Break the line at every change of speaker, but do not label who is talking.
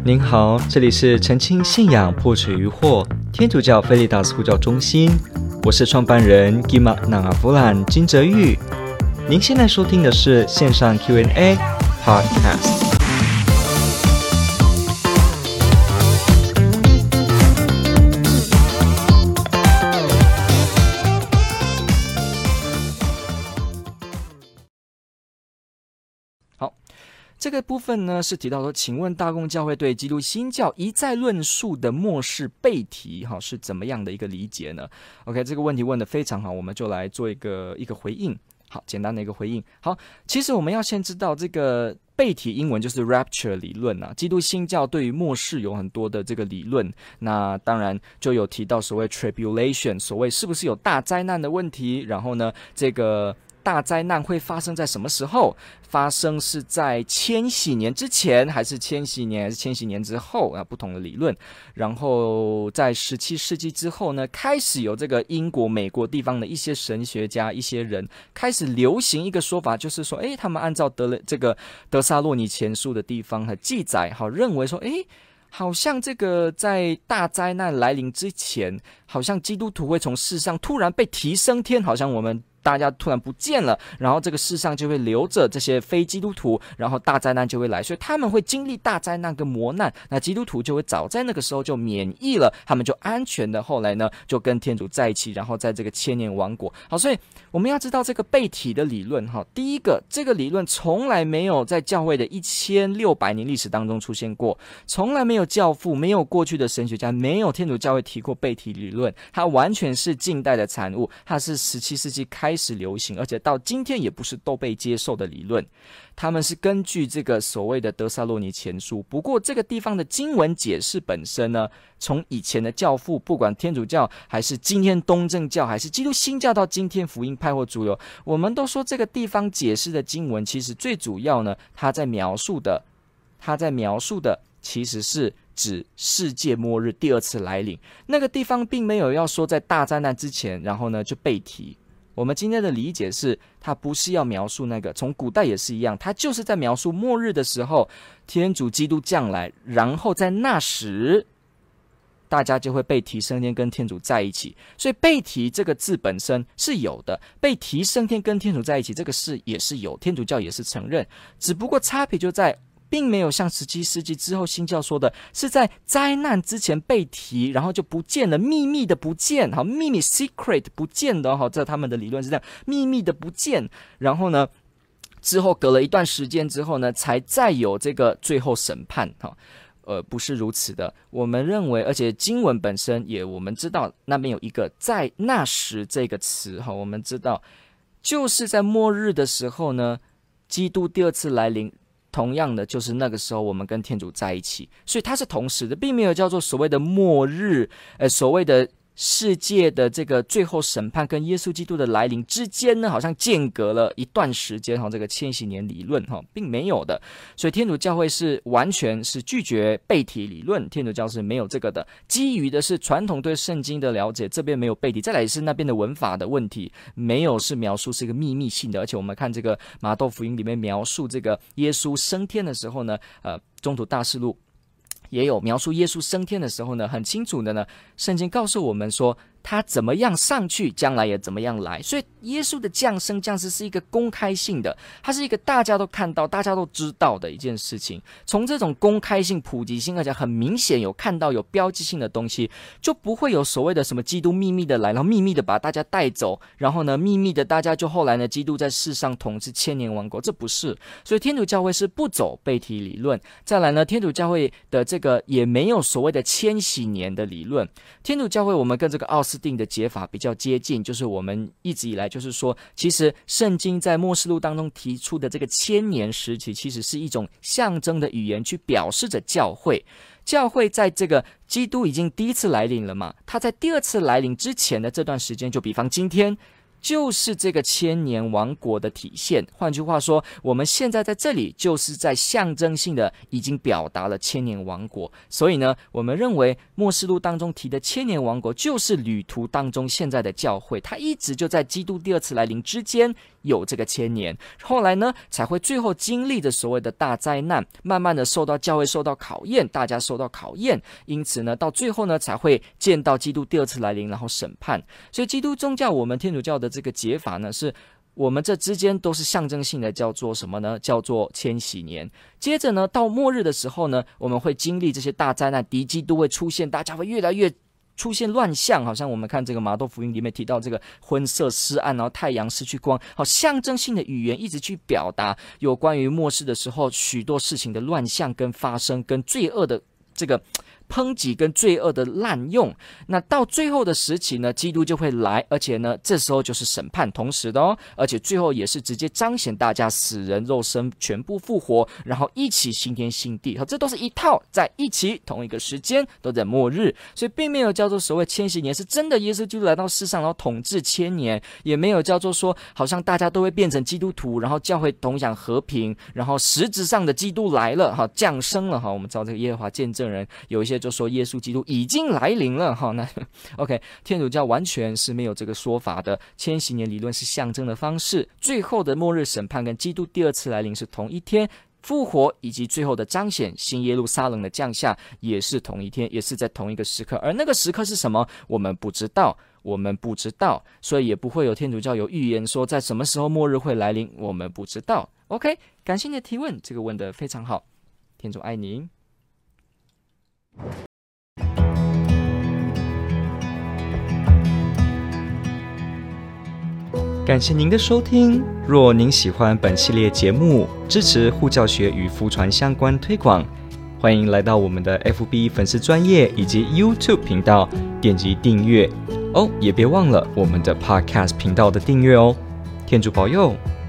您好，这里是澄清信仰破除疑惑天主教菲利达斯呼叫中心，我是创办人 Gima Nangavulan 金哲玉。您现在收听的是线上 Q&A Podcast。这个部分呢是提到说，请问大公教会对基督新教一再论述的末世悖题是怎么样的一个理解呢 ？OK， 这个问题问得非常好，我们就来做一个回应。好，简单的一个回应。好，其实我们要先知道这个悖题英文就是 Rapture 理论啊。基督新教对于末世有很多的这个理论，那当然就有提到所谓 Tribulation， 所谓是不是有大灾难的问题，然后呢，这个大灾难会发生在什么时候？发生是在千禧年之前，还是千禧年，还是千禧年之后啊？不同的理论。然后在17世纪之后呢，开始有这个英国、美国地方的一些神学家、一些人开始流行一个说法，就是说，他们按照这个德撒洛尼前书的地方和记载，认为说，好像这个在大灾难来临之前，好像基督徒会从世上突然被提升天，好像我们大家突然不见了，然后这个世上就会留着这些非基督徒，然后大灾难就会来，所以他们会经历大灾难跟磨难，那基督徒就会早在那个时候就免疫了，他们就安全的，后来呢就跟天主在一起，然后在这个千年王国。好，所以我们要知道这个悖题的理论，第一个，这个理论从来没有在教会的1600年历史当中出现过，从来没有教父，没有过去的神学家，没有天主教会提过悖题理论，它完全是近代的产物，它是17世纪开始流行，而且到今天也不是都被接受的理论。他们是根据这个所谓的德撒洛尼前书，不过这个地方的经文解释本身呢，从以前的教父，不管天主教还是今天东正教还是基督新教，到今天福音派或主流，我们都说这个地方解释的经文其实最主要呢，他在描述的其实是指世界末日第二次来临。那个地方并没有要说在大灾难之前，然后呢就被提。我们今天的理解是，它不是要描述那个，从古代也是一样，它就是在描述末日的时候，天主基督降来，然后在那时，大家就会被提升天跟天主在一起。所以被提这个字本身是有的，被提升天跟天主在一起这个事也是有，天主教也是承认，只不过差别就在并没有像17世纪之后新教说的是在灾难之前被提，然后就不见了，秘密的不见，秘密 secret 不见的，这他们的理论是这样，秘密的不见，然后呢之后隔了一段时间之后呢，才再有这个最后审判，不是如此的。我们认为，而且经文本身也我们知道那边有一个在那时这个词，我们知道就是在末日的时候呢，基督第二次来临，同样的就是那个时候我们跟天主在一起，所以它是同时的，并没有叫做所谓的末日，所谓的世界的这个最后审判跟耶稣基督的来临之间呢，好像间隔了一段时间，这个千禧年理论并没有的。所以天主教会是完全是拒绝悖题理论，天主教是没有这个的，基于的是传统对圣经的了解，这边没有悖题，再来是那边的文法的问题，没有是描述是一个秘密性的。而且我们看这个马窦福音里面描述这个耶稣升天的时候呢，中途大事录也有描述耶稣升天的时候呢，很清楚的呢，圣经告诉我们说他怎么样上去，将来也怎么样来。所以耶稣的降生降世是一个公开性的，它是一个大家都看到大家都知道的一件事情。从这种公开性普及性，而且很明显有看到有标记性的东西，就不会有所谓的什么基督秘密的来，然后秘密的把大家带走，然后呢秘密的大家就后来呢基督在世上统治千年王国，这不是。所以天主教会是不走悖题理论。再来呢，天主教会的这个也没有所谓的千禧年的理论。天主教会我们跟这个奥斯定的解法比较接近，就是我们一直以来就是说，其实圣经在末世录当中提出的这个千年时期，其实是一种象征的语言，去表示着教会。教会在这个基督已经第一次来临了嘛，他在第二次来临之前的这段时间，就比方今天就是这个千年王国的体现。换句话说，我们现在在这里就是在象征性的已经表达了千年王国。所以呢，我们认为末世录当中提的千年王国就是旅途当中现在的教会，它一直就在基督第二次来临之间有这个千年，后来呢才会最后经历的所谓的大灾难，慢慢的教会受到考验，大家受到考验，因此呢到最后呢才会见到基督第二次来临，然后审判。所以基督宗教我们天主教的这个解法呢，是我们这之间都是象征性的，叫做什么呢？叫做千禧年。接着呢到末日的时候呢，我们会经历这些大灾难，敌基督会出现，大家会越来越出现乱象，好像我们看这个马窦福音里面提到这个昏色失暗，然后太阳失去光，好，象征性的语言一直去表达有关于末世的时候许多事情的乱象跟发生，跟罪恶的这个抨击跟罪恶的滥用。那到最后的时期呢，基督就会来，而且呢这时候就是审判同时的哦，而且最后也是直接彰显大家死人肉身全部复活，然后一起新天新地，这都是一套在一起，同一个时间都在末日。所以并没有叫做所谓千禧年是真的耶稣基督来到世上然后统治千年，也没有叫做说好像大家都会变成基督徒，然后教会同享和平，然后实质上的基督来了，降生了。我们知道这个耶和华见证人有一些就说耶稣基督已经来临了，那 OK， 天主教完全是没有这个说法的。千禧年理论是象征的方式，最后的末日审判跟基督第二次来临是同一天，复活以及最后的彰显新耶路撒冷的降下也是同一天，也是在同一个时刻。而那个时刻是什么，我们不知道，所以也不会有天主教有预言说在什么时候末日会来临，我们不知道。 OK， 感谢你的提问，这个问得非常好，天主爱您。感谢您的收听，若您喜欢本系列节目，支持护教学与福传相关推广，欢迎来到我们的 FB 粉丝专页以及 YouTube 频道点击订阅哦，也别忘了我们的 Podcast 频道的订阅哦。天主保佑。